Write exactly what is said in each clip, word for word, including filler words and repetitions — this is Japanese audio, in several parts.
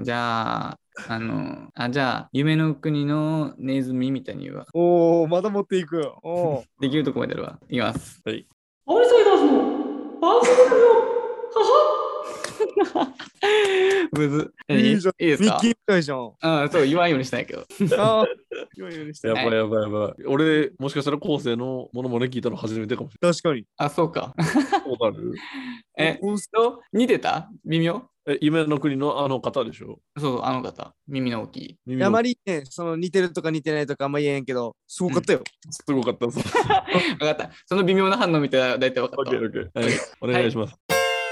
じゃあ、あの、あ、じゃあ、夢の国のネズミみたいに言うわ。 おー、まだ持っていく。おー。 できるとこまでやるわ。いきます。 はい。 アリサイダースのバンスブルのははむず。 いいじゃん。 いいですか？ ミッキーみたいじゃん。 ああ、そう、言わんようにしたんやけど。 ああ、言わんようにした。 やばいやばいやばい。俺、もしかしたら後世のものまね聞いたの初めてかもしれ確かに。 あ、そうか。 ない。わかる？ え、 おと似てた微妙え、夢の国のあの方でしょ？ そう、あの方。耳の大きい。 耳のあまりね、その似てるとか似てないとかあんま言えんけど、すごかったよ。 すごかった。そう。 分かった。その微妙な反応見たら大体分かったわ。 オッケーオッケー。はい。お願いします。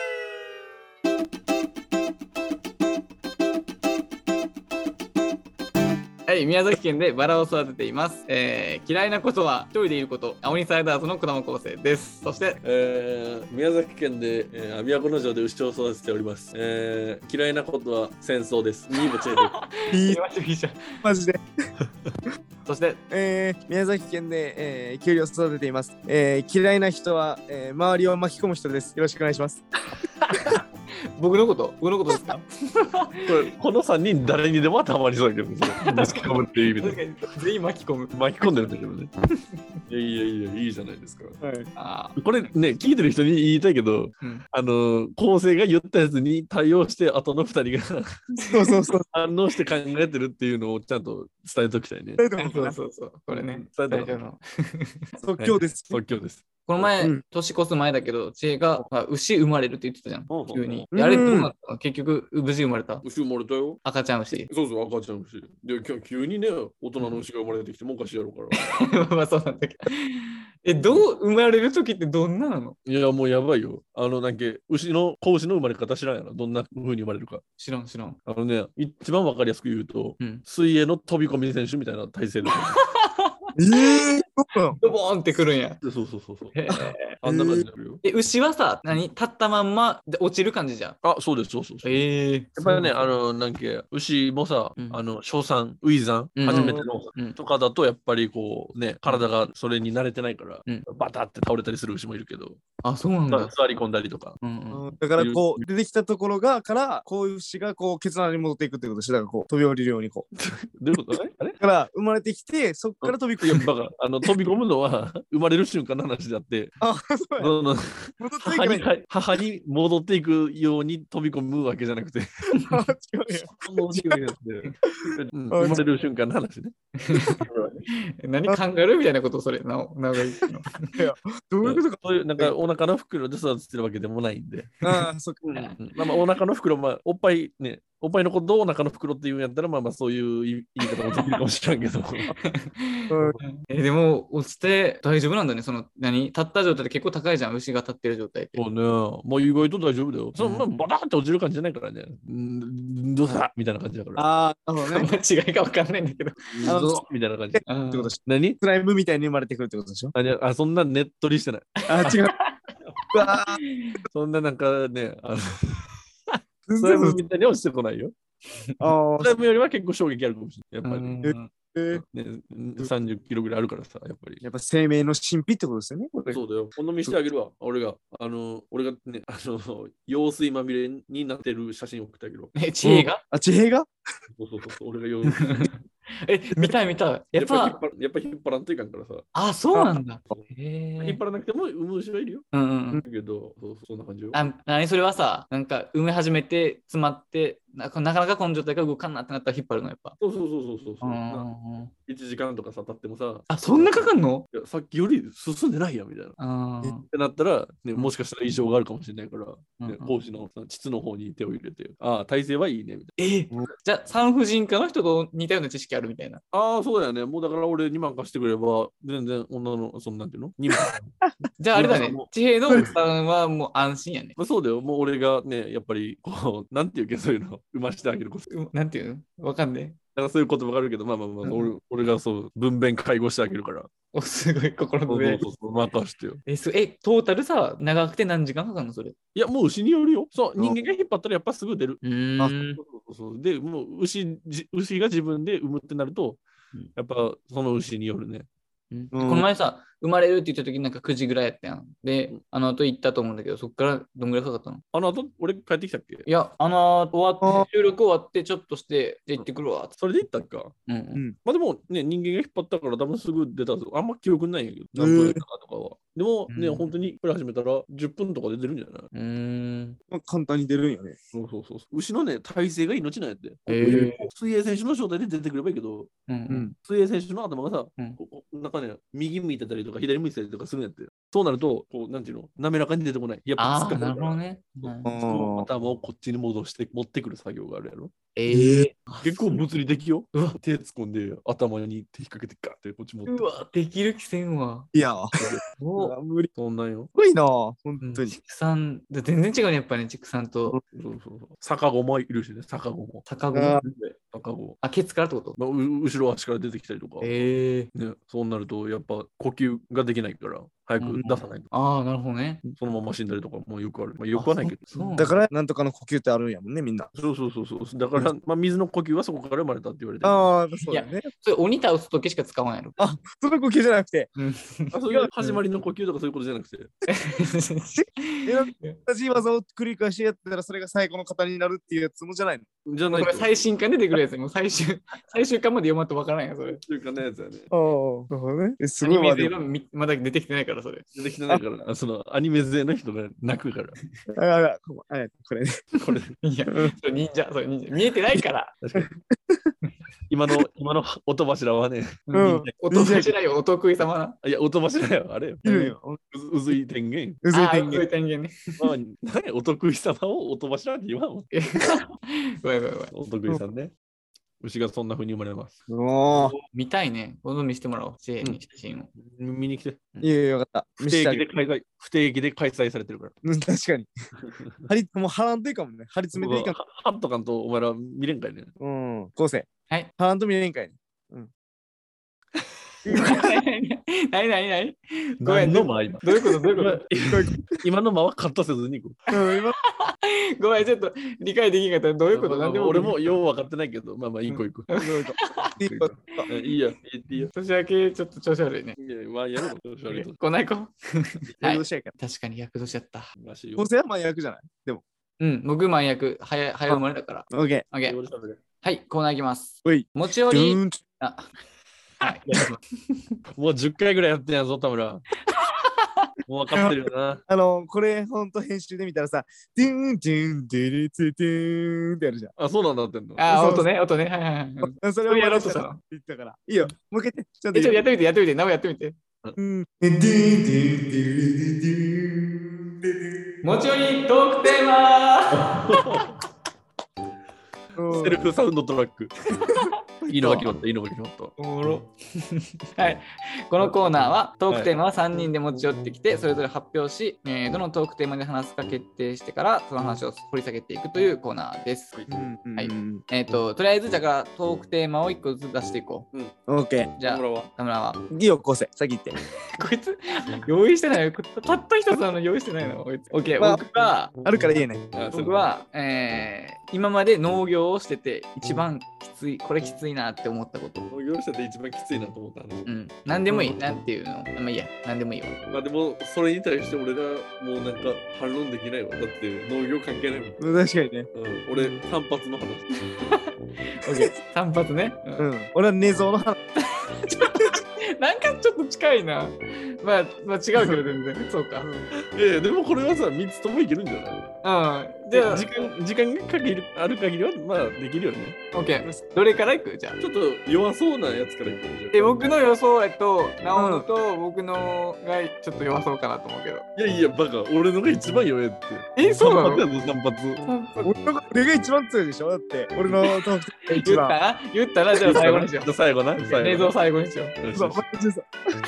はい、宮崎県でバラを育てています。えー嫌いなことは一人でいること。青鬼サイダーズの子供構成です。そして、 えー、宮崎県で、えー、都城で牛を育てております。えー、嫌いなことは戦争です。にもチェです。 いい言いましょう、いいじゃん。 マジで。 そして、 えー、宮崎県で、えー、キュウリを育てています。えー、嫌いな人は、えー、周りを巻き込む人です。よろしくお願いします。 僕のこと僕のことですか？ これこのさんにん誰にでも当てはまりそうだけどね。巻き込むっていう意味で。 確かに全員巻き込む。 巻き込んでるんだけどね。いやいやいや、いいじゃないですか。 はい。 あこれね、聞いてる人に言いたいけど、 うんあの、構成が言ったやつに対応して、後のふたりがそうそうそう。 反応して考えてるっていうのをちゃんと伝えときたいね。 そうあそうそう。これね。 伝えたら最初の即興です。 即興です。 この前、 うん年越す前だけど、知恵が、あ牛生まれるって言ってたじゃんうん。 急に。 うんであれどうなったの？結局、無事生まれた？ 牛生まれたよ。 赤ちゃん牛。 そうそう、赤ちゃん牛。で、今日急にね、大人の牛が生まれてきてもおかしいやろから。 まあそうなんだけど。え、どう生まれる時ってどんななの？ いや、もうやばいよ。あの、なんか、牛の、子牛の生まれ方知らんやろ。どんな風に生まれるか。 知らん知らん。 あのね、一番わかりやすく言うと、 うん。 水泳の飛び込み選手みたいな体勢で。 えー、そうなの？ ドボーンってくるんや。 そうそうそうそう。 へあんな感じになるよ。 え、牛はさ、何立ったまんまで落ちる感じじゃん。 あ、そうです、そうそうそう。 ええやっぱりね、あの、なんか、牛もさ、 うんあの、小産、ウイザン、 うん初めての、 うんとかだと、やっぱりこう、ね、体がそれに慣れてないから、 うんバタって倒れたりする牛もいるけど、 あ、そうなんだ。 座り込んだりとか。 うんうんうんだからこう出てきたところがからこういう牛がこうケツ穴に戻っていくってことでしょ。だからこう飛び降りるようにこう。 どういうことあれあれだから生まれてきてそっから飛びいや、 込む。 バカ、あの、飛び込むのは生まれる瞬間の話であって、 あ、そうや。 その戻ってい母かない。 にか母に戻っていくように飛び込むわけじゃなくて、 あ、違うや。 戻っていくわけじゃなくて、うん生まれる瞬間の話ね。 何カンガルーみたいなことそれ、なお、なおが言ってんの。 どういうことか。 そういう、なんかお腹の袋で育ててるわけでもないんで。 ああ、そっか。 うんまあまあ、お腹の袋、まあ、おっぱいね、おっぱいのことをお腹の袋って言うんやったら、まあまあ、そういう言い言い方もできるかもしれんけど。 うんえ、でも、落ちて大丈夫なんだね。その、何立った状態で結構高いじゃん、牛が立ってる状態って。 そうね、もう意外と大丈夫だよ。そのまあ、 うんバターって落ちる感じじゃないからね。うんどうだみたいな感じだから。 ああ、なるほどね。 間違いが分かんないんだけど。 あのどうみたいな感じ。 あーってことでしょ。 何スライムみたいに生まれてくるってことでしょ。 あ、いやあそんなねっとりしてない。 あ、違う。うわーそんななんかね、あの全スライム然みたいに落ちてこないよ。 あスライムよりは結構衝撃あるかもしれない。やっぱり。 うんあ、 ね、さんじゅっキロぐらいあるからさ、やっぱり。 やっぱ生命の神秘ってことですよね。これそうだよ。この見してあげるわ。俺が、あの、俺がね、あの、用水まみれになってる写真を送ってあげるわ。 え、知恵があ、地平がそうそうそう。俺が用水。 え、見たい見たい。やっやっぱ引っぱ、 張らやっぱ引っ張らんといかんからさ。 あ、そうなんだ。へ引っえ。 張らなくても産む牛はいるよ。 うんうんうん。 だけど、そうそんな感じよ。 あ、何それはさ、なんか埋め始めて詰まってな、なかなかこの状態が動かんなってなったら引っ張るのやっぱ。 そうそうそうそうそうそうう。 んなうんうんいちじかんとかさ、経ってもさ、 あ、そんなかかんの？ いやさっきより進んでないやみたいな。っあーてなったら、ね、もしかしたら異常があるかもしれないから、ね、 うんうん講師のその膣の方に手を入れて、ああ、体勢はいいねみたいえじゃあ産婦人科の人と似たような知識あるみたいな。 な。ああ、そうだよね。もうだから俺にまん貸してくれば、全然女の、そんなんていうの ?に 万。 じゃああれだねいやもう。 地平の奥さんはもう安心やね。 まあ、そうだよ。もう俺がね、やっぱり、こう、なんていうけ、そういうの、生ましてあげること。 うなんていうのわかんねえ。 だからそういう言葉があるけど、まあまあまあ、 うん俺俺がそう、分娩介護してあげるから。 お、すごい心そうの上。 そうそう、任してよ。 え、そえ、トータルさ、長くて何時間かかるのそれ。 いや、もう牛によるよ。そう、人間が引っ張ったらやっぱすぐ出る。 うーん。 そうそうそうで、もう牛じ牛が自分で産むってなるとうん、 やっぱその牛によるね。 うんうんこの前さ、生まれるって言った時になんかくじぐらいやったやん。で、あの後行ったと思うんだけど、そっからどんぐらいかかったの？ あの後、俺帰ってきたっけ？ いや、あの終わあって、収録終わってちょっとして、じゃあ行ってくるわって。 それで行ったっか。 うんう。 うんん。 まあでもね、人間が引っ張ったから多分すぐ出たんですよ。あんま記憶ないんやけど、 へー何分やったかとかは。でもね、 うん本当にこれ始めたらじゅっぷんとかで出るんじゃない？ うーん。 まあ簡単に出るんよね。 そうそうそう。牛のね、体勢が命なんやって。 へー水泳選手の状態で出てくればいいけど、 うんう。 うんん。 水泳選手の頭がさ、 うんここなんかね、右向いてたりとか左向いてたりとかするんやって。そうなると、こう、なんていうの、滑らかに出てこない。やっぱああ、 疲れるからなるほどね。 そううんその頭をこっちに戻して持ってくる作業があるやろ。 ええ結構物理的よ。 うわ手突っ込んで頭に手引っ掛けてガッてこっち持ってくる。 うわ、できる気せんわ。 いや、うおわ無理。すそんなんよ。 ごいな、本当に。 畜産、全然違うね、やっぱね、畜産とそうそうそう。逆子もいるしね、逆子も。 逆子。 あ逆子。 あ、ケツからってこと？ まあ、う後ろ足から出てきたりとか。 ええね、そうなると、やっぱ呼吸ができないから、早く出さないと。 ああ、なるほどね。 そのまま死んだりとかもよくある。まあ、よくはないけど。 そうなんだから、なんとかの呼吸ってあるんやもんね、みんな。 そうそうそうそう。だから、まあ、水の呼吸はそこから生まれたって言われてる。 ああ、そうだね。 それ鬼倒す時しか使わんやろ。 あ、その呼吸じゃなくて、 うん。 あそういう始まりの呼吸とかそういうことじゃなくて。 同じ技を繰り返しやったら、それが最後の型になるっていうやつもじゃないの。 じゃないと。 これ最新刊出てくるやつもう最終、最終巻まで読まんとわからんやん、それ。 っていうかね、やつやね。 ああ、なるほどね。えすアニメ勢ごいわでも。 はみまだ出てきてないから、それ。 出てきてないから、あそのアニメ勢の人が泣くから。 ああ、ああこれね。 これ、 いや、それ忍者、それ忍者。見えてないから。 確かに。今の、今の音柱はね、 うん音柱よ、お得意様な。 いや、音柱よ、あれよ。 いるよ。 うずうずい天元。 うずいあーうずてんげい天元ね。 まあ、何やお得意様を音柱って言わんわ。 ごめんごめんごめん。 お得意さんね。牛がそんな風に生まれます。 おー見たいね。この見せてもらおう。ジェイに写真を。 見に来て。 いやいや、よかった。 不見せてあげる。 定期で開催、不定期で開催されてるから。 うん確かに。張り、もう張らんといいかもね。張り詰めていいかも。 ハンとかんとお前ら見れんかいね。 うん。昴生。 はい。 張らんと見れんかいね。 なになになにごめん、ど何の間今。 ういうことどういうこ今の間はカットせずに行こうん、今、 とごめん、ちょっと理解できんかったらどういうことなんでも俺もよう分かってないけど、まあまあ、行こう行こどういうこといいこう。いいや、いいよ。 年明けちょっと調子悪いね。 いや、まあ、やめろ、調子悪いと。 こないこ。はいとどうしたいか確かに役年やった。 らしいよ昴生は前役じゃないでも。 うん、僕マン役、早早生まれだから。 オッケオッケー。 俺喋れはい、コーナーいきます。 ー。おい。 持ち寄り。 ドゥーンとあ、はい、やりますもうじゅっかいぐらいやってんやぞ、田村。もう分かってるよな。 あの、これ、ほんと編集で見たらさ、ドゥーン、ドゥーン、ドゥルツドゥーンってやるじゃん。 あ、そうなんだってんの。 あ、 そう音ね、音ね。はいはいはいうん。 あそれそれやろうとしたの言ったから。いいよ。もう一回言って。ちょっとえ、ちょっとやっ言うてみて、やってみて、なおやってみて。 うん。ドゥーン、ドゥーン、ドゥルドゥドゥン、ドゥル持ち寄りトークテーマドゥンセルフサウンドトラック。いいのが決まった、いいのが決まった。 おもろ。はい。このコーナーはトークテーマはさんにんで持ち寄ってきて、それぞれ発表し、えーどのトークテーマで話すか決定してから、その話を掘り下げていくというコーナーです。 うんはいうんえっ、と、とりあえず、だからトークテーマをいっこずつ出していこう。 オッケじゃあ、 田村は田村は。 ー。いいよ、昴生。先言って。 こいつ、用意してないよ。たった一つなの用意してないの。こいつ。オッケー、 まあ僕は、 あるから言えない。 あそう僕は、えー今まで農業をしてて、一番きつい、これきついなって思ったこと。 農業者で一番きついなと思った話。 うん。なんでもいい。なんていうの。まあいいや。なんでもいいわ。 まあでも、それに対して俺がもうなんか反論できないわ。だって農業関係ないもん。 確かにね。 うん、俺、単発の話。 オッケー。散髪ね。ううんん。俺は寝相の話。 なんかちょっと近いな。まあ、まあ違うけど全然。そうか。 ええでもこれはさ、みっつともいけるんじゃないうん。じゃあ、 時間、時間が限るある限りは、まあできるよね。 オッケー。どれからいくじゃあ。 ちょっと弱そうなやつからいこうじゃで、僕の予想、えっと、直野と僕のがちょっと弱そうかなと思うけど。 いやいや、バカ、俺のが一番弱えって。 え、そうなの単発やぞ、単発。 俺の俺が一番強いでしょだって。俺のトークが一番。 言ったな言ったなじゃあ最後にしよじゃあ最後な、 う。 最後な。 映像最後にしよう。 そうよしよしマジでそう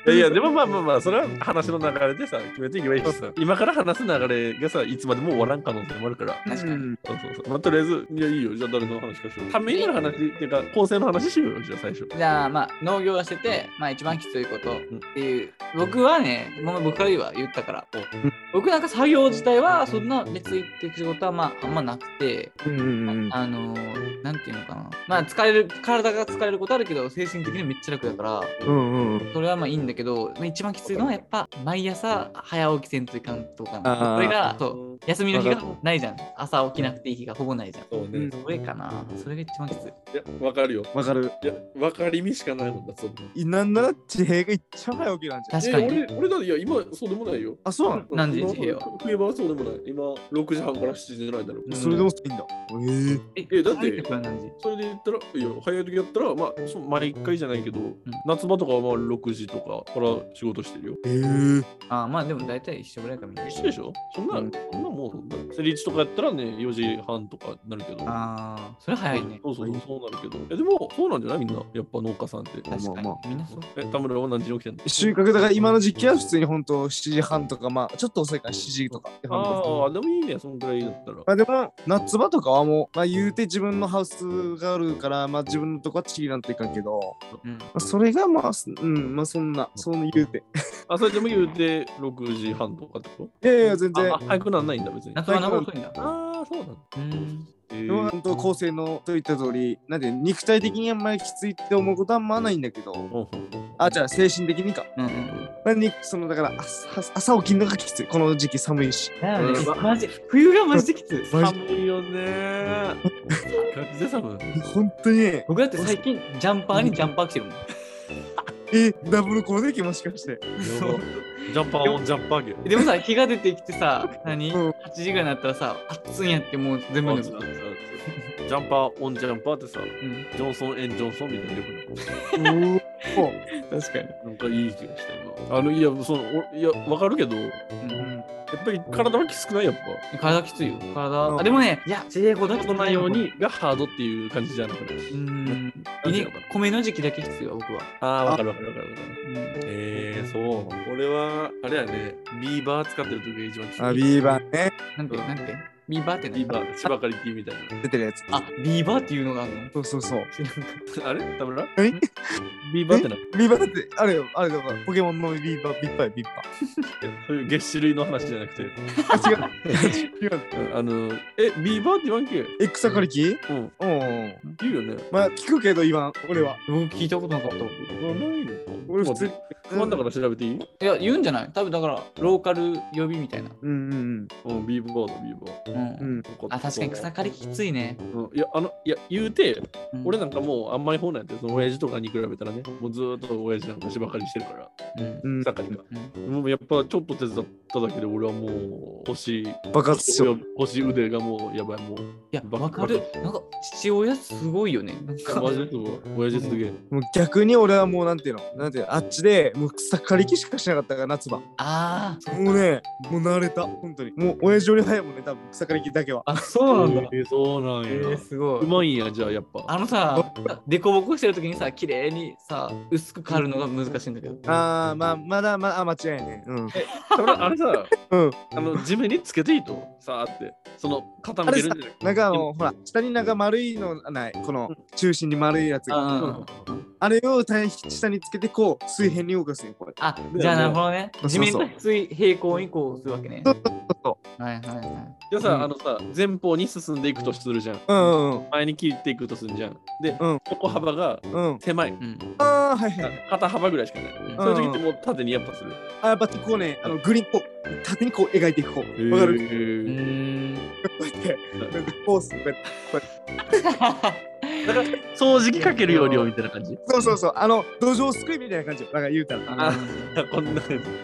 いやいや、でもまあまあまあ、それは話の流れでさ、決めていけばいいしさ、今から話す流れがさ、いつまでも終わらん可能性もあるから。 確かに。 そうそうそう。まあ、とりあえず、いや、いいよ。じゃあ誰の話かしよう。ためになる話っていうか、構成の話しようよ、じゃあ最初。 じゃあまあ農業をしてて、まあ一番きついことっていう、僕はね、もう僕から言うわ言ったから、僕なんか作業自体はそんな別にって仕事はまああんまなくて、 うんうんうん。 あのー、なんていうのかな、まあ疲れる、体が疲れることあるけど、精神的にめっちゃ楽だから、 うんうん。 それはまあいいんだけど、まあ一番きついのはやっぱ毎朝早起きせんといかんとかあーな。それがそう休みの日がわかないじゃん。朝起きなくていい日がほぼないじゃん。 そうね。 うんそれかな。それが一番きつい。 いや、わかるよ。 わかる。 いや、わかりみしかないもんだ、そんな。 なんなら地平が一番早起きなんじゃん。 確かに。 え俺、俺だって、いや、今、そうでもないよ。 あ、そうなの何時今地平は冬場はそうでもない。今、ろくじはんからしちじの間だろ。 うんそれでもいいんだ。ええ。 ええだって早い時は何時それで言ったら、いや、早い時やったら、まあ、そう毎回じゃないけど、夏場とかはまあろくじとかから仕事してるよ。 ええ。 あーまあでも大体一緒ぐらいかみんな。 一緒でしょそんな、 うんそんなもう、セリチとかやったらね、よじはんとかなるけど。 ああ、それ早いね。 そうそうそう、そうなるけど。え、でも、そうなんじゃないみんな、やっぱ農家さんって。 確かに。 まあまみんなそう。 え、田村は何時に起きてんの収穫だから今の時期は普通に本当しちじはんとか、まあちょっと遅いからしちじとか。 ああ、でもいいね、そんくらいだったら。 まあでも夏場とかはもう、まあ言うて自分のハウスがあるから、まあ自分のとこはちぎらんといかんけど、 うん。 まあ、それがまあ、すうん、まあそんな、そう言うて。 あ、それでも言うてろくじはんとかってこいやいや、全然。 とあ、早くなんないんだ、別に。 夏は長遅いんだ。 ああ、そうなんだ。 うん。 えでもー本当構成のといった通り、なんで肉体的にあんまりきついって思うことはまあないんだけど、 ほんほんほんあ、じゃあ精神的にか。 うんうん。 まあにそのだから朝朝起きるのがきつい。この時期寒いし。 だよねうん。 マジ、冬がマジできつい。 マジ寒いよねー。ガチで寒い。 本当にね、 僕だって最近ジャンパーにジャンパー着てるもん。 え、ダブルコーデーキもしかして。 そうジャンパーオンジャンパーゲー。 でもさ、日が出てきてさ、何、 うん ?はち 時ぐらいになったらさ、暑いんやってもう全部脱ぐ。 ジャンパーオンジャンパーってさ、 うん。 ジョンソン・エン・ジョンソンみたいなよくおお。 確かに。 なんかいい気がした今。あの、いや、その、おいや、わかるけど、やうんっぱり体はきつくないやっぱ。 体きついよ。体。 うんあ、でもね、いや、英語だけことないようにがハードっていう感じじゃなくて。 うーん。 なんていうのかな米の時期だけきついわ、僕は。 ああ、わかるわかるわかるわかる。 うん。 えー、そう。俺は、あれやね、ビーバー使ってる時が一番きつい。 あ、ビーバーね。 なんて、なんてビーバーって何ビーバー、芝刈り機みたい出てるやつ。 あ、ビーバーっていうのがあるのそうそうそう。 知らんかっな。あれ田村えビーバーってなビーバーって、あれよ、あれだから、ポケモンのビーバー、ビッパーやビッパそういう月種類の話じゃなくて。 ー。あ、違う。違う。 あの、え、ビーバーって言わんけえ、草刈り機うん。 うんうん。 言うよね。 まあ、聞くけど、今、俺は。 た。僕聞いたことなかった。 あ、ないの俺普通に。 不安だから調べていいいや、言うんじゃない多分だから、ローカル呼びみたいな。 うんうんうん、ビーバーだ、ビーバー。 うん。 うん。うん。 あ、確かに草刈りきついね。 うん、いや、あの、いや、言うて、 うん俺なんかもうあんまり方なんやって、その親父とかに比べたらね、もうずーっと親父なんか芝刈りしてるから、 うん。 うん。 草刈りが。 うんもうやっぱちょっと手伝っただけで俺はもう腰、 爆発しよう。 腰腕がもうやばい、もう。 いや、 バわかる。なんか、父親すごいよね。なんか、 マジですごい。親父すげえ。 もう逆に俺はもうなんていうのなんていうのあっちでもう草刈り機しかしなかったから夏場。 あーもうね、もう慣れた。本当に。もう親父より早いもんね、多分草刈り機だけは。 あ、そうなんだ。 えー、そうなんや。 えー、すごうい。 まいんや、じゃあやっぱ。 あのさ、デコボコしてる時にさ、綺麗にさ、薄く刈るのが難しいんだけど。 あー、まあ、まだまだ、あ、間違いないね。うん。 あれあれさ、 うん。 あの地面につけていいとさあって、その傾けるんじゃなくて。 なんかあの、ほら、下になんか丸いのない、この中心に丸いやつが。 ああれを体下につけて、こう、水平に動かすよ、これ。 あ、じゃあなるほどね。 そうそう地面と水平行にこうするわけね。 そうそはいはいはい。 じゃあさ、 うんあのさ、前方に進んでいくとするじゃん。 う。うんうん前に切っていくとするじゃん。で、 うん横幅がうん。うん。 狭い。 うん。 あー、はいはい。 肩幅ぐらいしかない。そういう時ってもう縦にやっぱする。 あ、やっぱこうね、あのグリーンこう、縦にこう描いていくこう。わかるうーん。 こうやって、こうやってコース、こうやって。こうやってだから掃除機かけるよ量みたいな感じ。 そうそうそう、あの、土壌すくいみたいな感じよ。だから言うたら。 あこんな感じ。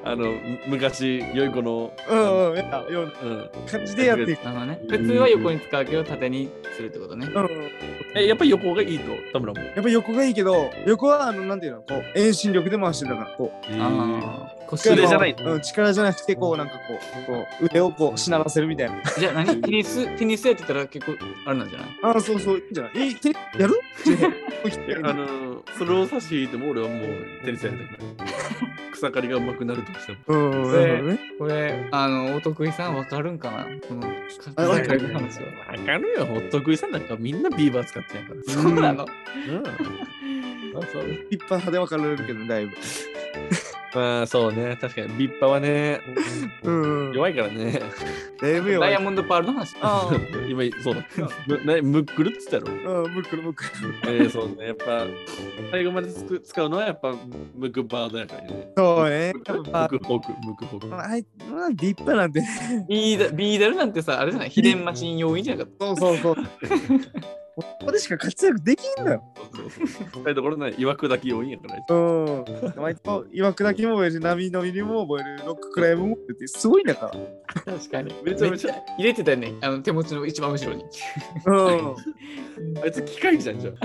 あの昔良い子のうんうんやったよううんな感じでやっていく。 なるほどね。普通は横に使うけど縦にするってことね。 うんえやっぱり横がいいと田村も。 やっぱ横がいいけど、横はあのなんていうの、こう遠心力で回してるから、こうああ、腰力じゃないうん、力じゃなくてこうなんかこう、こう腕をこうしならせるみたいな。 じゃあ何テニステニスやってたら結構あれなんじゃない？ ああそうそういいんじゃない？いい手やる？ いやあのそれを差し引いても俺はもうテニスやりたくない。草刈りが上手くなるとしても。 うんうんなるほどね。 これあのお得意さんわかるんかな？このあわかる草刈りの話は。 わかるよ、お得意さんなんかみんなビーバー使ってんから。 そうなの？ うん。そうそう。 一般派で分かれるけどだいぶ。 まあそうね、確かにビッパはね、 うんうん。 弱いからね。 だいぶ弱いダイヤ。モンドパールの話。 あ今、そうだ。むなムックルっつったやろ。 あ、うん、むくるむくる。 えー、そうね、やっぱ最後までつく使うのはやっぱムクバードやからね。 そうね。 ムクホーク、ムクホーク。 あいまあ、立派なんて。 ビーダビーダルなんてさ、あれじゃない秘伝マシン要員じゃなかっそうそうそう。ここでしか活躍できんだよ。 そうそうそう。使いどころない、曰くだけ要因やから。 うん。割と、岩砕きも覚えるし、波乗りにも覚える、ロッククライムも覚えて、すごいんだから。 た。確かに。 めちゃめちゃ入れてたよね。あの手持ちの一番後ろに。 うん。 あいつ機械じゃんじゃん。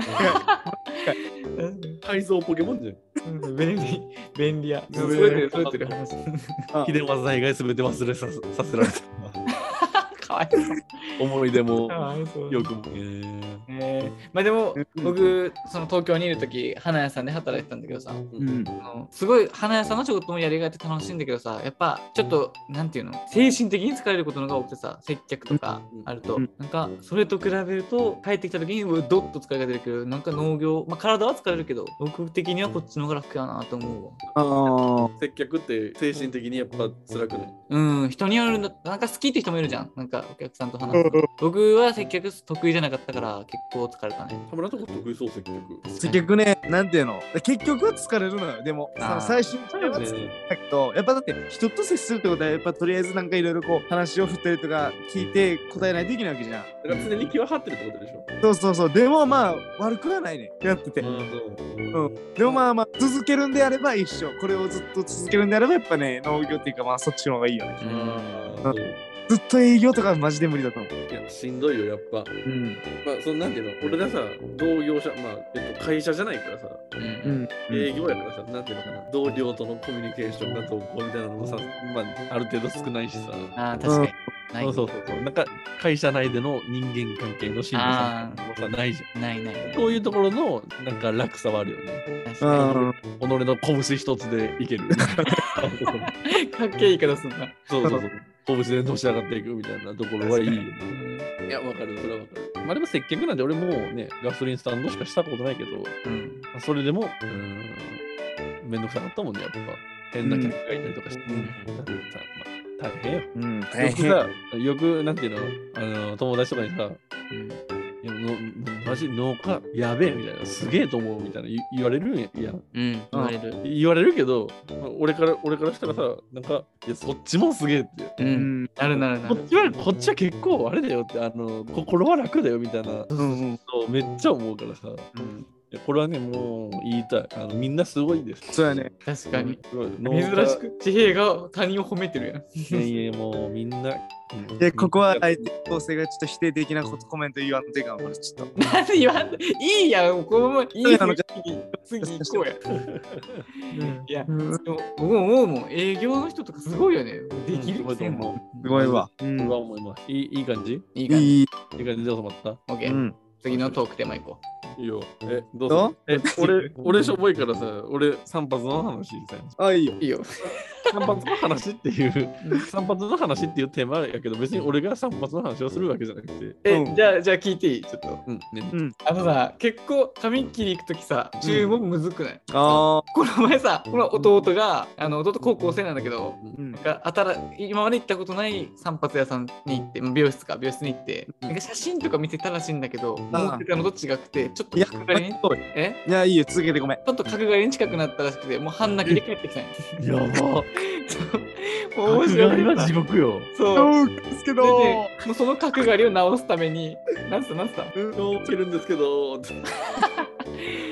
改造ポケモンじゃん。 便利、便利や。 うんそれで、それで話。 秘伝技以外すべて忘れさせさせられた。 かわいそう。 思い出もかわいそう。 よくも。えーえー、まあでもうん僕その東京にいる時花屋さんで働いてたんだけどさ、 うん。 あのすごい花屋さんの仕事もやりがいって楽しいんだけどさ、やっぱちょっとなんていうの精神的に疲れることのが多くてさ、接客とかあると、 うんなんかそれと比べると帰ってきた時にうわドッと疲れが出るけど、なんか農業、まあ、体は疲れるけど僕的にはこっちの方が楽やなと思うわ。 ああ。 接客って精神的にやっぱ辛くない。 うん、人によるんだ。なんか好きって人もいるじゃん。なんかお客さんと話すの。僕は接客得意じゃなかったから結構疲れたね。 田村とこ得意そう接客。 結局ね、なんていうの結局は疲れるのよ。でも、そあーの最終的には疲れるんだけど、やっぱだって人と接するってことは、やっぱとりあえずなんかいろいろこう話を振ったりとか聞いて答えないといけないわけじゃん。 だから常に気は張ってるってことでしょ。 そうそうそう。でもまあ、悪くはないね。やってて。 うんでもまあまあ、続けるんであれば一緒。これをずっと続けるんであれば、やっぱね、農業っていうかまあ、そっちの方がいいよね。 あーずっと営業とかマジで無理だと思う。 いやしんどいよやっぱ。 うん。 まあそのなんていうの俺がさ同業者まあえっと会社じゃないからさうんうん。 営業やからさ、なんていうのかな同僚とのコミュニケーションがどうこうみたいなのもさまあある程度少ないしさ。 ああ、確かに。ないそうそうそうそう。なんか会社内での人間関係のしんどさもさないじゃん。 ないないない。 こういうところのなんか楽さはあるよね。 確かあ己の拳一つでいける。 に。かっけえ言い方すんな。 そうそうそう。拳でのし上がっていくみたいなところはいいよね。いや、わかる、それはわかる。まあでも接客なんで俺もうね、ガソリンスタンドしかしたことないけど、 うん。 それでも、うーん、めんどくさかったもんね、やっぱ。変な客がいたりとかして。 うんだってさまあ、大変よ。 うん。 よ大変。 くさ、よく、なんていうの、あの、友達とかにさ、 うんいやのマジ農家やべえみたいな、すげえと思うみたいな言言われるんややん。 うん、言われる。 言われるけど、まあ俺から俺からしたらさ、なんか、いや、そっちもすげえって。 う。 うんん。 なるなるなる。 こっちは、こっちは結構あれだよって、あの、心は楽だよみたいな、 うんうん。 そうめっちゃ思うからさ、 うんいやこれはね、もう言いたい。あのみんなすごいです。 そうやね。 確かに。 すごい。 珍しく地平が他人を褒めてるやん。 いやいや、もうみんな。うんで、ここは相手構成がちょっと否定的なことコメント言わんといかん。これちょっと。 なんで言わんといいやん、このままいいやんそうなのか次、次行こうや。いや、 うんでも僕も思うもん、営業の人とかすごいよね。できるくせんもん。 すごいわ。うそれは思います。いいいい感じいいい感じ。 いい。 い感じで収まったオッケー。 うん。 次のトークテーマ行こいいよ。え、どうぞ。え、俺、俺しょぼいからさ、俺、散髪の話さ。 あ、いいよう。。いいよ。 散髪の話っていう、散髪の話っていうテーマやけど、別に俺が散髪の話をするわけじゃなくて。 え、 うんじゃあ、じゃあ聞いていいちょっと。 うん、ね。 うん。 あのさ、結構髪切り行くときさ、注文むずくない、 ああ。 この前さ、この弟が、あの弟高校生なんだけど、 うんなん。かあたら今まで行ったことない散髪屋さんに行って、まあ美容室か、美容室に行って、 うんなんか写真とか見せたらしいんだけど、 ああ思ってたのと違くて、ちょっといや、 角刈りに、えいや、いいよ。続けてごめん。 ちょっと角刈りに近くなったらしくて、もう半泣きで帰ってきたんよ。 やば。 そうもう面白角刈りはかった地獄よ。 そう。 そうですけでね、もうその角刈りを直すために、なんすたなんすた今日切るんですけど、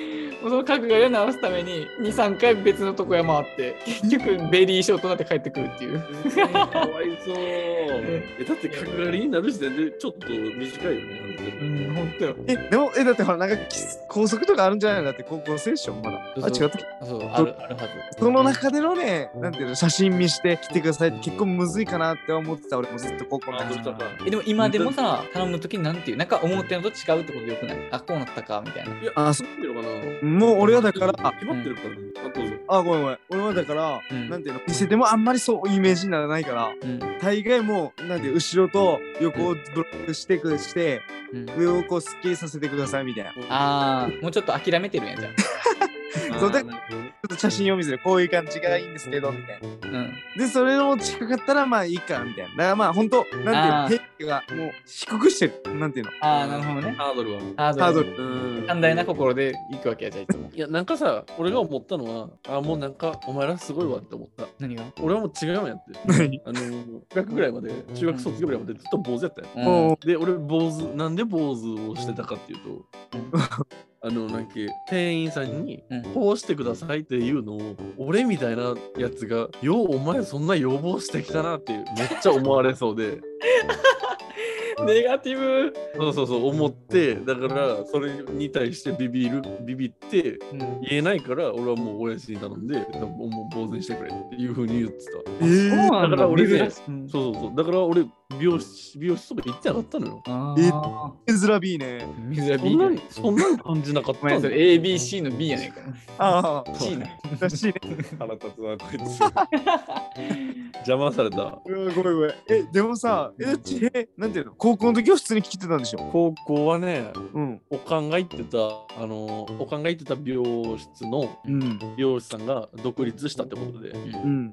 その角刈りを直すためにに、さんかい別のとこへ回って結局ベリーショートになって帰ってくるっていう。 かわいそう。え、だって角刈りになる時点でちょっと短いよね。 うん、ほんとよ。 え、でも、え、だってほら、なんか校則とかあるんじゃないの？だって高校生っしょ、まだ。あ、違ったっけ？ そう、ある、あるはず。 その中でのね、なんていうの、写真見して来てくださいって結構むずいかなって思ってた、俺もずっと高校の時。 え、でも今でもさ、頼むときになんていう、なんか思ってるのと違うってことよくない？あ、こうなったかみたいな。 いや、あ、そうってるのかな。 もう俺はだから、 決まってるからね。あ、どうぞ。 あ、ごめんごめん。俺はだから、 うん、 なんていうの、見せてもあんまりそういうイメージにならないから、うん、大概もう、なんていう、後ろと横をブロックしてくして、うん、上をこうスッキリさせてくださいみたいな。 ああ、もうちょっと諦めてるんやじゃん。 そうで、ちょっと写真を見せる、こういう感じがいいんですけど、みたいな。うん、で、それを近かったら、まあいいか、みたいな。だからまあ、ほんと、なんていうの、平気がもう低くしてる。なんていうの。 ああ、なるほどね。 ハードルは。 ハードル。うん。寛大な心で行くわけやじゃん、いつも。 いや、なんかさ、俺が思ったのは、あ、もうなんか、お前らすごいわって思った。 何が？ 俺はもう違うんやって。何？あの、中学ぐらいまで、中学卒業ぐらいまでずっと坊主やったやん。うん、で、俺、坊主、なんで坊主をしてたかっていうと、あの、なんか、店員さんに、こうしてくださいっていうのを、俺みたいなやつが、よう、お前そんな要望してきたなっていう、めっちゃ思われそうで。 ネガティブ。 そうそうそう思って、だからそれに対してビビるビビって言えないから、俺はもう親父に頼んでもう坊主にしてくれっていう風に言ってた。 えー、 だから俺ね、うん、そうそうそうだから俺美容室美容室とか行ってなかったのよ。 え、珍しいね。 珍しいね。そんなに感じなかったの。 それ エービーシー の B やねんから。 ああ、 C ね。 らしいね。 腹立つなこいつ。邪魔された。 ごめんごめん。え、でもさ、え、ちえ、なんていうの？高校の時は普通に来てたんでしょ？ 高校はね、 うん、 おかんが行ってた、あの、おかんが行ってた美容室の美容師さんが独立したってことで、うん、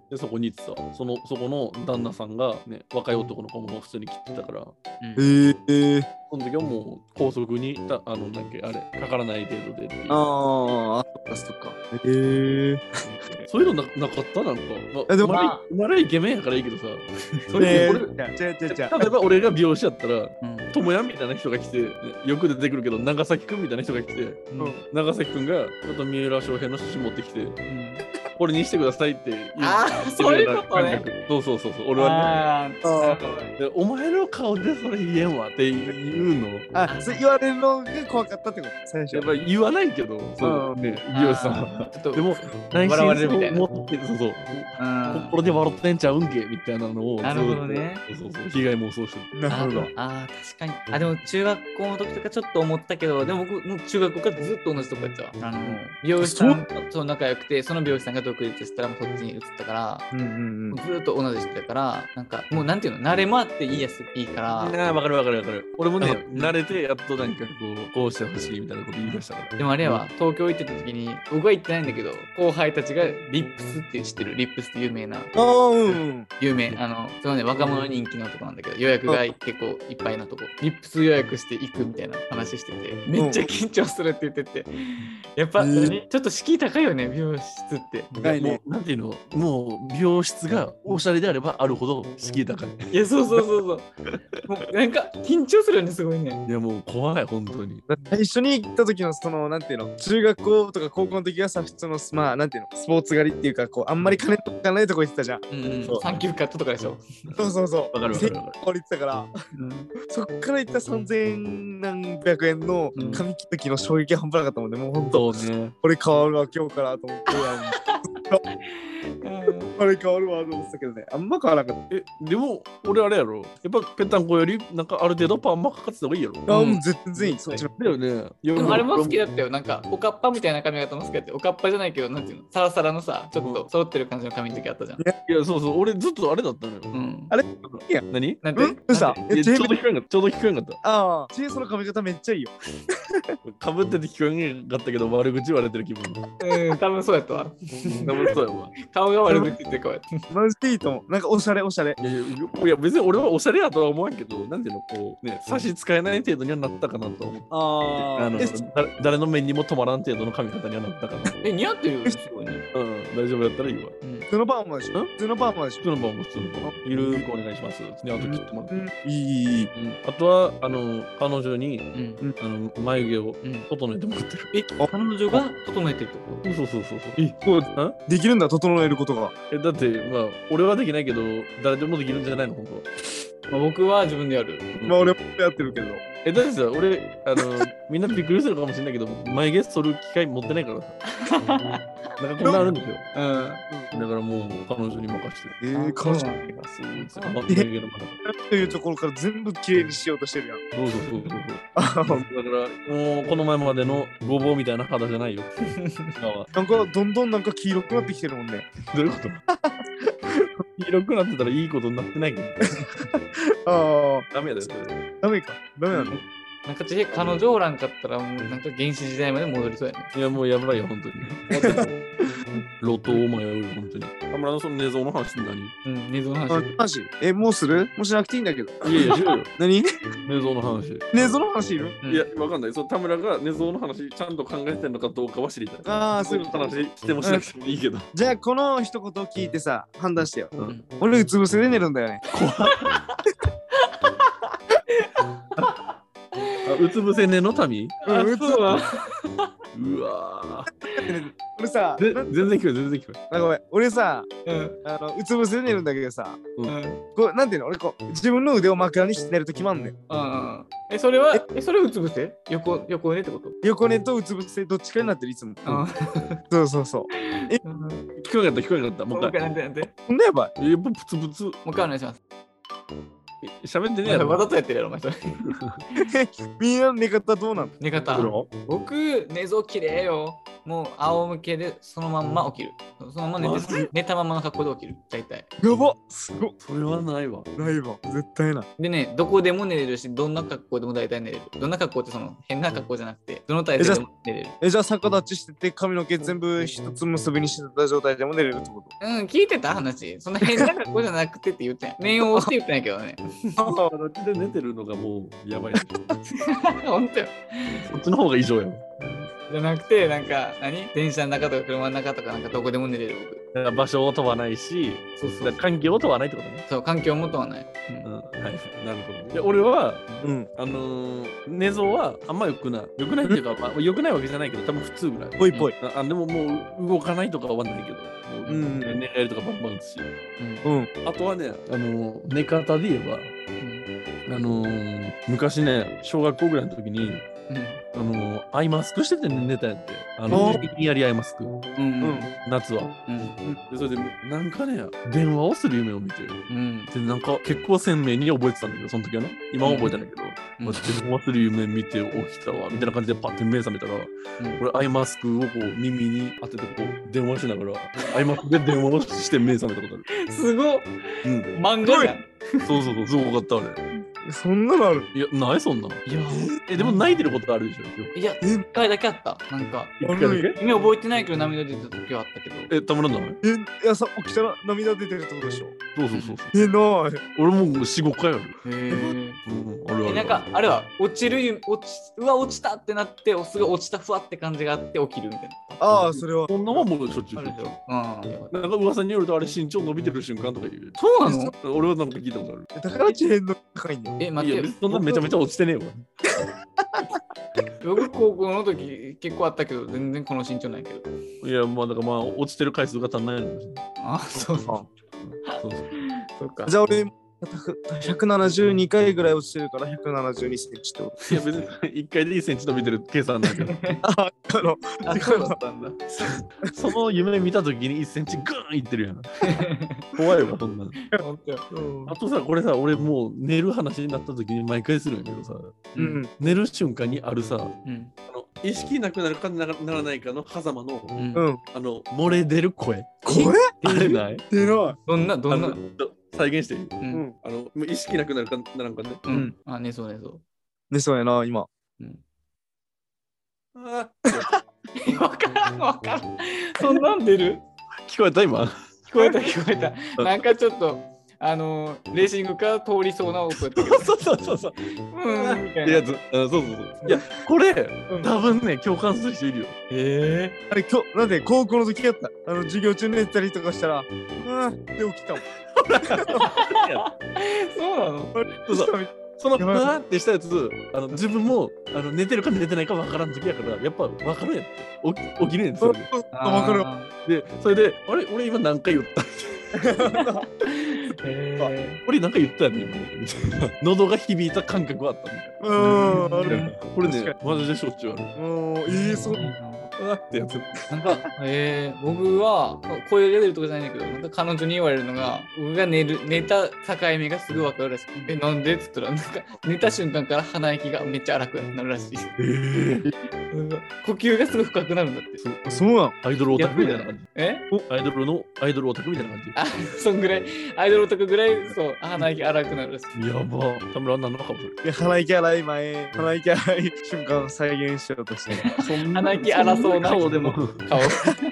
でそこに行ってた。その、そこの旦那さんがね、若い男の子も普通に来てたから。うん、 えー、 その時はもう高速にた、あの、なんかあれ、かからない程度でっていう。 ああ、そっかそっか。へえー。 そういうの な, なかったなんか。 あ、でもまあ、生まれイケメンやからいいけどさ。それで俺、 違う違う違う。 例えば俺が美容師やったら、ともやんみたいな人が来て、ね、よく出てくるけど、長崎くんみたいな人が来て、うん、長崎くんが、ちょっと三浦翔平の写真持ってきて、うん、これにしてくださいって言う。 ああ、そういうことね。 そうそうそうそう。俺はね。でお前の顔でそれ言えんわって言うの。 あ、そう言われるのが怖かったってこと、最初。 やっぱ言わないけど、そうね、美容師さんは。でも、 笑われるみたいな。 そうそう。心で笑ってんちゃうんけみたいなのを。 なるほどね。 そうそうそう。被害妄想してる。なるほど。 ああ、確かに。あ、でも中学校の時とかちょっと思ったけど、でも僕、もう中学校からずっと同じとこやったわ。あの、美容師さんと仲良くて、その美容師さんが独立したらもうこっちに移ったから、うんうんうん、ずっと同じ人だから、なんかもうなんていうの、慣れ回っていいやついいから。 ああ、わかるわかるわかる。俺もね、慣れてやっとなんかこう、こうしてほしいみたいなこと言い出したから。 でもあれは、東京行ってた時に、僕は行ってないんだけど、後輩たちがリップスって知ってる、リップスって有名な。 ああ、うん。 有名。あの、そのね、若者人気のとこなんだけど、予約が結構いっぱいなとこ。リップス予約して行くみたいな話してて、めっちゃ緊張するって言ってて、やっぱ、何ちょっと敷居高いよね、美容室って。 高いね。なんていうの、もう美容室がおしゃれであればあるほど敷居高い。 いや、そうそうそうそう。もうなんか緊張するよね、すごいね。 いや、もう怖い、本当に。 最初に行った時の、その、なんていうの、中学校とか高校の時はさ、普通の、まあ、なんていうの、スポーツ狩りっていうか、こう、あんまり金とかないとこ行ってたじゃん。 うんうん、サンキューカットとかでしょ。 そうそうそう。 わかるわかるわかる。 これ行ってたから、うん、そっから行ったさんぜん何百円の髪切った時の衝撃は半端なかったもんね、もう本当、 そうね、 これ変わるわ、今日からと思って。あれ変わるわと思ってたけどね、あんま変わらなかった。 え、でも、俺あれやろ、やっぱぺったんこより、なんかある程度パンマかかってた方がいいやろ。 あ、もう全然いい、そっちの。 だよね。 でもあれも好きだったよ、なんか、おかっぱみたいな髪型も好きだったよ。おかっぱじゃないけど、なんていうの、サラサラのさ、ちょっと揃ってる感じの髪の時あったじゃん。いや、そうそう、俺ずっとあれだったのよ。 うん。 あれいや、 何なんでどうしたちょうど聞こえんかった。ちょうど聞こえんかった。 ああ、チーその髪型めっちゃいいよ。 かぶってて聞こえんかったけど、悪口言われてる気分。 うん、多分そうやったわ。 多分そうやわ。 顔が悪口ってこうやって。 マジでいいと思う。なんかおしゃれおしゃれ。 いやいや、いや別に俺はおしゃれやとは思わんけど、なんていうの、こうね、差し支えない程度にはなったかなと思って。 ああの誰の目にも止まらん程度の髪型にはなったかな。 え、似合ってるよ、すごいね。 うん、大丈夫だったらいいわ。 普通のパーマでしょ。普通のパーマでしょ。 普通のパーマ、普通のパーマ。ゆるーくお願いします。ね、あと切ってもらって。 いいいい。 あとは、あの、彼女に、あの眉毛を整えてもらってる。 え、彼女が整えてるとこ？ そうそうそうそう。 え、そうできるんだ、整えることが。 え、だって、まあ、俺はできないけど、誰でもできるんじゃないの、本当。まあ、僕は自分でやる。 まあ、俺もやってるけど。 え、だってさ、俺、あの、みんなびっくりするかもしれないけど、眉毛剃る機会持ってないからさ。なんかこんなあるんですよ。うん。だからもう彼女に任せて。 えー、彼女がすごいですよ。眉毛のというところから全部きれいにしようとしてるやん。 そうそうそうそう。だからもうこの前までのごぼうみたいな肌じゃないよ。 なんかどんどんなんか黄色くなってきてるもんね。 どういうこと黄色くなってたらいいことになってないけど。 ああ。 ダメだよ。 ダメか。ダメなの。 なんか私、彼女おらんかったら、もうなんか原始時代まで戻りそうやね。 いや、もうやばいよ、本当に。路頭を迷うよ、本当に。田村のその寝相の話って何？ うん、寝相の話。話え、もうする？もうしなくていいんだけど。 いやいや、しろよ。 何？ 寝相の話。 寝相の話いる？ いや、わかんない。その田村が寝相の話、ちゃんと考えてるのかどうかは知りたい。 ああ、そういう話してもしなくてもいいけど。 じゃあ、この一言を聞いてさ、判断してよ。俺、うつ伏せで寝るんだよね。 怖っ。うつ伏せ寝の民？ うん、うつは。 うわ俺さ、 全然聞こえ全然聞こえ。 あ、ごめん、俺さ、うん、あのうつ伏せで寝るんだけどさ、うん、こうなんていうの、俺こう自分の腕を枕にして寝ると決まんねん。 うん。え、それはえ、えそれうつ伏せ？横横寝ってこと？ 横寝とうつ伏せどっちかになってるいつも。うん、そうそうそう。 え、聞こえなかった聞こえなかった。もう一回。 なんでなんで。 ほんでやばい。 やっぱプツプツ。もう一回お願いします。 喋ってねえやろ。 わざとやってるやろ、お前それ。 みんなの寝方どうなの？ 寝方。僕、寝相きれいよ。もう仰向けでそのまんま起きる。そのまま寝て、寝たままの格好で起きる。大体。 やばっ、すごっ。 それはないわ。 ないわ。絶対ない。 でね、どこでも寝れるし、どんな格好でも大体寝れる。どんな格好ってその変な格好じゃなくて、どの体勢でも寝れる。 え、じゃあ逆立ちしてて髪の毛全部一つ結びにしてた状態でも寝れるってこと？ うん、聞いてた話。そんな変な格好じゃなくてって言ったんや。念を押して言ったんやけどね。 ああ、どっちで寝てるのがもうやばい。 ほんとよ。 そっちの方が異常よ。 じゃなくて、なんか、何電車の中とか車の中とか、なんかどこでも寝れる僕。 だから場所を問わないし、そうそう、環境を問わないってことね。 そう、環境も問わない。 うん、うん、はい、なるほど。で、俺は、うん、あのー、寝相はあんま良くない。良くないっていうか、まあ、良くないわけじゃないけど、多分普通ぐらい。 ぽいぽい。 あ、でももう動かないとかはないけど、もう、うん、寝返りとかバンバン打つし。うん。あとはね、あのー、寝方で言えば、うん、あのー、昔ね、小学校ぐらいの時に、うん、あのアイマスクしてて寝たやって、あのやりアイマスク、うんうん、夏は、うん、でそれでなんかね電話をする夢を見て、うん、でなんか結構鮮明に覚えてたんだけど、その時はね、今は覚えてないけど、うんまあ、電話する夢見て起きたわみたいな感じでパッて目覚めたら、うん、俺アイマスクをこう耳に当ててこう電話しながらアイマスクで電話をして目覚めたことある。すごっ、うん、漫画じゃん。 そうそうそう、すごかったあれ。 そんなのある？ いや、ないそんなの。いや、え、でも泣いてることあるでしょ。 いや、一回だけあった。なんか、 一回だけ夢覚えてないけど涙出た時はあったけど。 え、たまらんない？ え、いやさ、起きたら涙出てるってことでしょ。 そうそうそうそう。 え、ない。 俺もよん、ごかいある。へえ。え、なんか、あれは、落ちる夢、落ち、うわ、落ちたってなって、すごい落ちたふわって感じがあって起きるみたいな。 ああ、それは。 そんなもんもしょっちゅう。うん。なんか噂によるとあれ身長伸びてる瞬間とか言う。 そうなの？ 俺はなんか聞いたことある。 だから地辺の高いんだよ。 え、待って。 そんなめちゃめちゃ落ちてねえわ。 僕高校の時結構あったけど、全然この身長ないけど。 いや、まあだからまあ落ちてる回数が足んないの。 あ、そうそう。 そうそうか。じゃあ俺ひゃくななじゅうにかいぐらい落ちてるからひゃくななじゅうにセンチってこと。 いや別にいっかいでいっセンチ伸びてる計算だけど。 あ、あの、 あ、そうだったんだ。 その夢見た時にいっセンチグーンいってるやん。怖いわ、そんなの。あとさ、これさ、俺もう寝る話になった時に毎回するんやけどさ、うん、寝る瞬間にあるさ、うん、あの意識なくなるかならないかの狭間の、うん、あの漏れ出る声。 声？ あれない？ 出ない。 どんなどんな？ 再現していい？うん、あの意識なくなるかならんかね。 うん。あ、寝そう寝そう。 寝そうやな、今。うん。 ああ。わからんわからん。そんなん出る？ 聞こえた今？ 聞こえた聞こえた。なんかちょっと、あのー、レーシングカー通りそうな音やったけど。 そうそうそうそう。 うんみたいな。 やつ、そうそうそう。いや、これ、うん、多分ね、共感する人いるよ。 ええー。あれ、今日、なんで高校の時やった。あの、授業中寝たりとかしたら、うんで起きたもん。 そうなの？ そうそう。そのふわーってしたやつ、あの自分もあの寝てるか寝てないかわからん時やから、やっぱわかるやんって。起き起きれんすよ。 わかる。 で、それで、あれ俺今何回言ったえー、 俺何回言ったやんねみたいな。喉が響いた感覚はあったみたいな。 うん、ある。 これね、マジでしょっちゅうある。 うん、ええ、そう。 あってやつ。 なんか、えー、僕は、こういうレベルとかじゃないんだけど、なんか彼女に言われるのが、僕が寝る、寝た境目がすぐ分かるらしくて、え、なんでっつったら、なんか、寝た瞬間から鼻息がめっちゃ荒くなるらしい。 えー、 呼吸がすぐ深くなるんだって。 そそうなの？ アイドルオタクみたいな感じ。 えアイドルの、アイドルオタクみたいな感じ。 あ、そんぐらい、アイドルオタクぐらい、そう、鼻息荒くなるらしい。 やば。田村あんなのかもそれ。鼻息荒い前、鼻息荒い瞬間を再現しようとして。 鼻息荒そうな顔でも。 顔。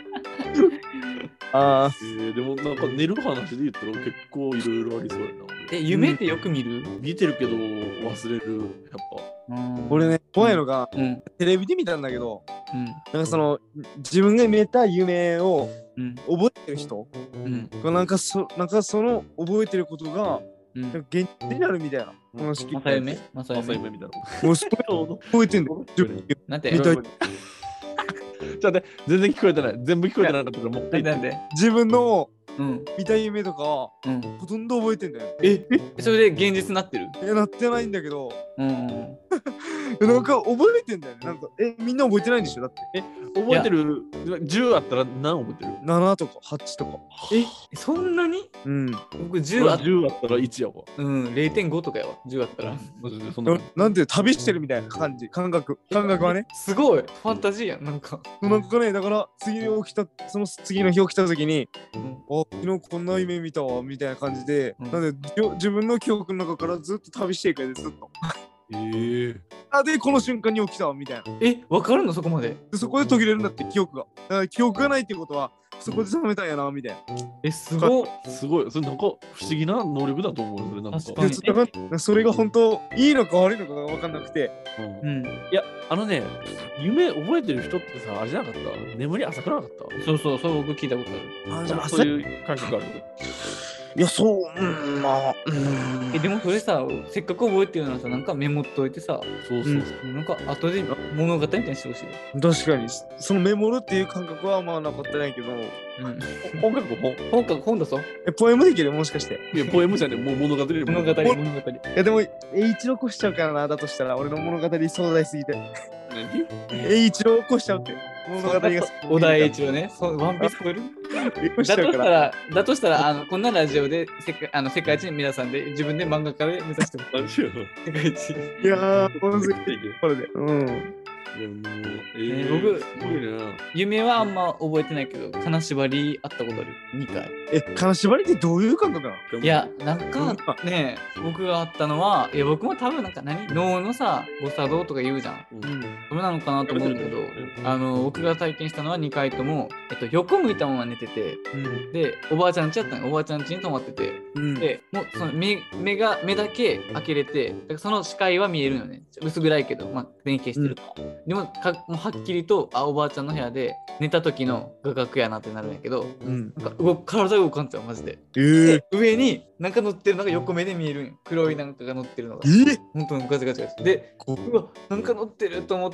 ああ、えー、でもなんか寝る話で言ったら結構いろいろありそうやな。 え、夢ってよく見る？ 見てるけど忘れる、やっぱ。 俺ね、怖いのが、 うん、 テレビで見たんだけど、 うん、 なんかその自分が見た夢を覚えてる人、 うん、 なんかそなんかその覚えてることが、うん、現実になるみたいな話聞いた。夢？まさ夢みたいな。 もうそれ覚えてんの。 なんて？ 見たい。 じゃあね、全然聞こえてない。全部聞こえてなかったからもうなんで自分のうん、 見た夢とか、うん、ほとんど覚えてんだよ。 えそれで現実になってる？ いや、なってないんだけど、 うんうん、なんか覚えてんだよね。なんか、え、みんな覚えてないんでしょ？だって。 え、覚えてるじゅうあったら何覚えてる？ なな とかはちとか。 え、そんなに？ うん。 僕じゅうあったらいちやわ。 うん、れいてんごとかやわ。じゅうあったら。 そんななんて旅してるみたいな感じ、感覚。感覚はね。 すごい。ファンタジーやん、なんか。 なんかね、だから次に起きた、その次の日起きた時に、うん、あ、昨日こんな夢見たわ、みたいな感じで、うん、なんで自分の記憶の中からずっと旅していくやで、ずっと。 えー、 あ、で、この瞬間に起きたわ、みたいな。 え、わかるのそこまで？ でそこで途切れるんだって、記憶が。だから記憶がないってことは、そこで冷めたんやな、みたいな。 え、すごい。 すごい。それなんか不思議な能力だと思うよ、それなんか。 確かに。それが本当、いいのか悪いのかが分かんなくて。 うん。 いや、あのね、夢覚えてる人ってさ、あれじゃなかった？眠り浅くなかった？ そうそう、それ僕聞いたことある。 あ、じゃあそういう感覚ある。 いや、そう、うん、まあ、うん。 え、でもそれさ、せっかく覚えてるのはさ、なんかメモっといてさ、 そうそうそう。 うん、なんか後で物語みたいにしてほしいよ。 確かに、そのメモるっていう感覚はまあなかったないけど、うん、 本格本本格本だぞ。 え、ポエムできるもしかして。 いや、ポエムじゃねえ、もう物語物語、物語。いや、でも、栄一郎越しちゃうからな、だとしたら、俺の物語壮大すぎて。何？栄一郎越しちゃうって。物語が小田栄一郎ね。ワンピース超える？だとしたら、だとしたら、あのこんなラジオで世界、あの世界一に皆さんで自分で漫画家で目指してもらう。世界一。 いやー、この世界これで。うん。 でも、 えー、僕、夢はあんま覚えてないけど、金縛りあったことあるにかい。 え、金縛りってどういう感覚なの？ いや、なんかね、僕があったのは、いや、僕も多分なんか何脳のさ、誤作動とか言うじゃん。うん。それなのかなと思うんだけど、あの、僕が体験したのはにかいとも、えっと、横向いたまま寝てて、うん、で、おばあちゃん家やったのおばあちゃん家に泊まってて、うん、で、もうその目、目が、目だけ開けれて、だからその視界は見えるのね。薄暗いけど、まあ、電気消してるから。うん、でもか、もうはっきりと、あ、おばあちゃんの部屋で寝た時の画角やなってなるんやけど、うん、なんか動体動かんすよ、マジで。 えー、 で上になんか乗ってるのが横目で見えるんよ。黒いなんかが乗ってるのが。 えー、 本当にガチガチガチ。で、うわ、なんか乗ってると思って、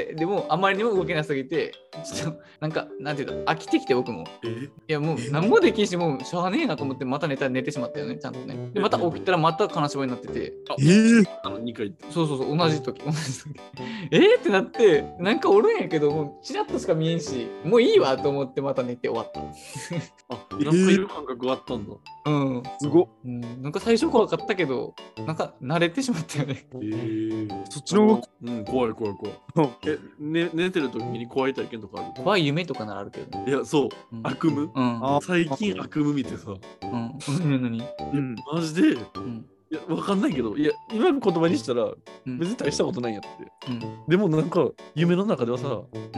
でもあまりにも動けなすぎて、ちょっとなんか、なんていうの、飽きてきて僕も。えー、いや、もう何もできんし、もうしゃあねえなと思って、また寝たら寝てしまったよね、ちゃんとね。で、また起きたらまた金縛りになってて。 えー、 あのにかい。 そうそうそう、同じ時、同じ時。えーってなって、なんかおるんやけど、もうちらっとしか見えんし、もういいわと思ってまた寝て終わった。 あ、なんかいる感覚があったんだ。 うん、 すごっ、 うん。なんか最初怖かったけど、なんか慣れてしまったよね。 えー、 そっちの方が、 うん、怖い怖い怖い。え、ね、寝てる時に怖い体験とかある？ 怖い夢とかならあるけどね。いや、そう、うん、悪夢、うん、最近悪夢見てさ。 うん、何何？ うん、マジで、うん、いや、わかんないけど、いや、今の言葉にしたら、別に大したことないんやって。うん、でもなんか、夢の中ではさ、うん、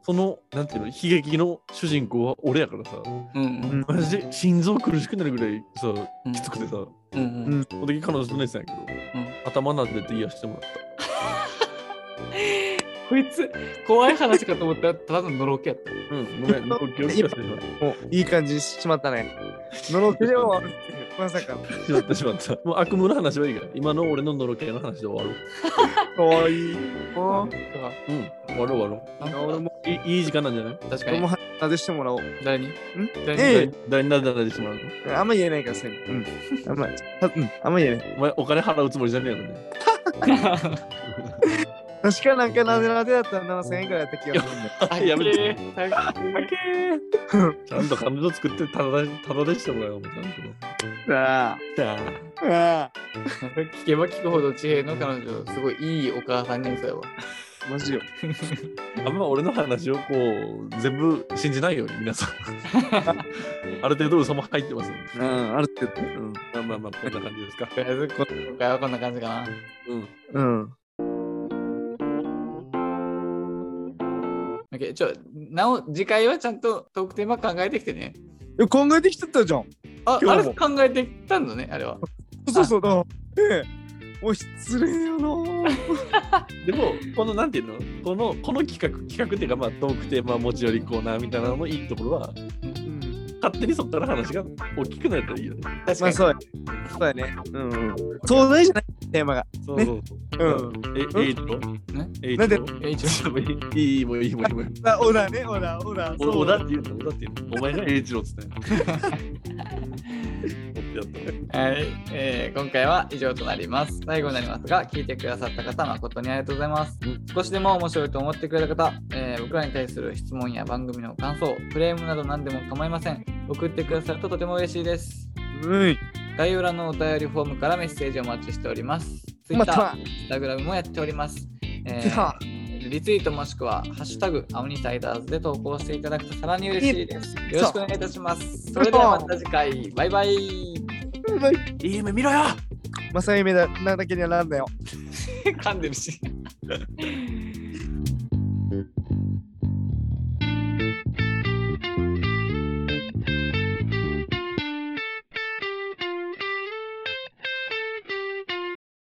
そのなんていうの悲劇の主人公は俺やからさ、うんうん、マジで心臓苦しくなるぐらいさ、うん、きつくてさ、うんうん、その時彼女と寝てたんやけど、うん、頭なんでって癒してもらった。 こいつ怖い話かと思ったらただののろけやった。 うん、ごめん、のろけを聞かせてもらった。 もういい感じにしまったね。のろけで終わるってまさか。 しまったしまった。もう悪夢の話はいいから、今の俺ののろけの話で終わろう。 かわいい。うん、 終わろう終わろう。俺もいいい時間なんじゃない？ 確かに。俺もなでしてもらおう。 誰に？ん？ 誰に？誰になでしてもらうの？あんま言えないからせん。うん。あんま、うん、あんま言えない。 お前お金払うつもりじゃねえよね。 確かなんかなでなでだったらななせんえんくらいやった気がするんだよ。 やめて。ちゃんと彼女作ってただで、ただでしてもらおう。ちゃんと。 ああ。 ああ。聞けば聞くほど地平の彼女、すごいいいお母さんになりそうやわ。 マジよ。 あんま俺の話をこう、全部信じないように、皆さん。ある程度嘘も入ってます。 うん、ある程度。 うん。まあまあまあ、こんな感じですか。 とりあえず、今回はこんな感じかな。 うん。うん。 ちょなお次回はちゃんとトークテーマ考えてきてね。 考えてきてたじゃん。 あ、あれ考えてきたんだね、あれは。 そうそうだ。ええ、もう失礼よな。 でもこのなんていうの、このこの企画企画っていうか、まあトークテーマ持ち寄りコーナーみたいなののいいところは、うん、勝手にそこから話が大きくなったらいいよね。 確かに、まあ、そうや。そうやね。うんうん。壮大じゃないテーマが。 そうそうそう。うん。え、えいちろ？ えなんで？ えいちろ？いいもういいもういいもういい。 あ、小田ね、小田、小田。 小田って言うの、小田って言うの。お前がえいちろっつったよ。 はい、えー、今回は以上となります。最後になりますが、聞いてくださった方、誠にありがとうございます。うん、少しでも面白いと思ってくれた方、えー、僕らに対する質問や番組の感想、クレームなど何でも構いません。送ってくださるととても嬉しいです。 うん、 概要欄のお便りフォームからメッセージをお待ちしております。Twitter、Instagram もやっております。えー、リツイートもしくは、ハッシュタグ、アオニサイダーズで投稿していただくとさらに嬉しいです。よろしくお願いいたします。それではまた次回、バイバイ。 バイバイ。 いい夢見ろよ。 まさ夢だ、なだけにはなんだよ。 噛んでるし。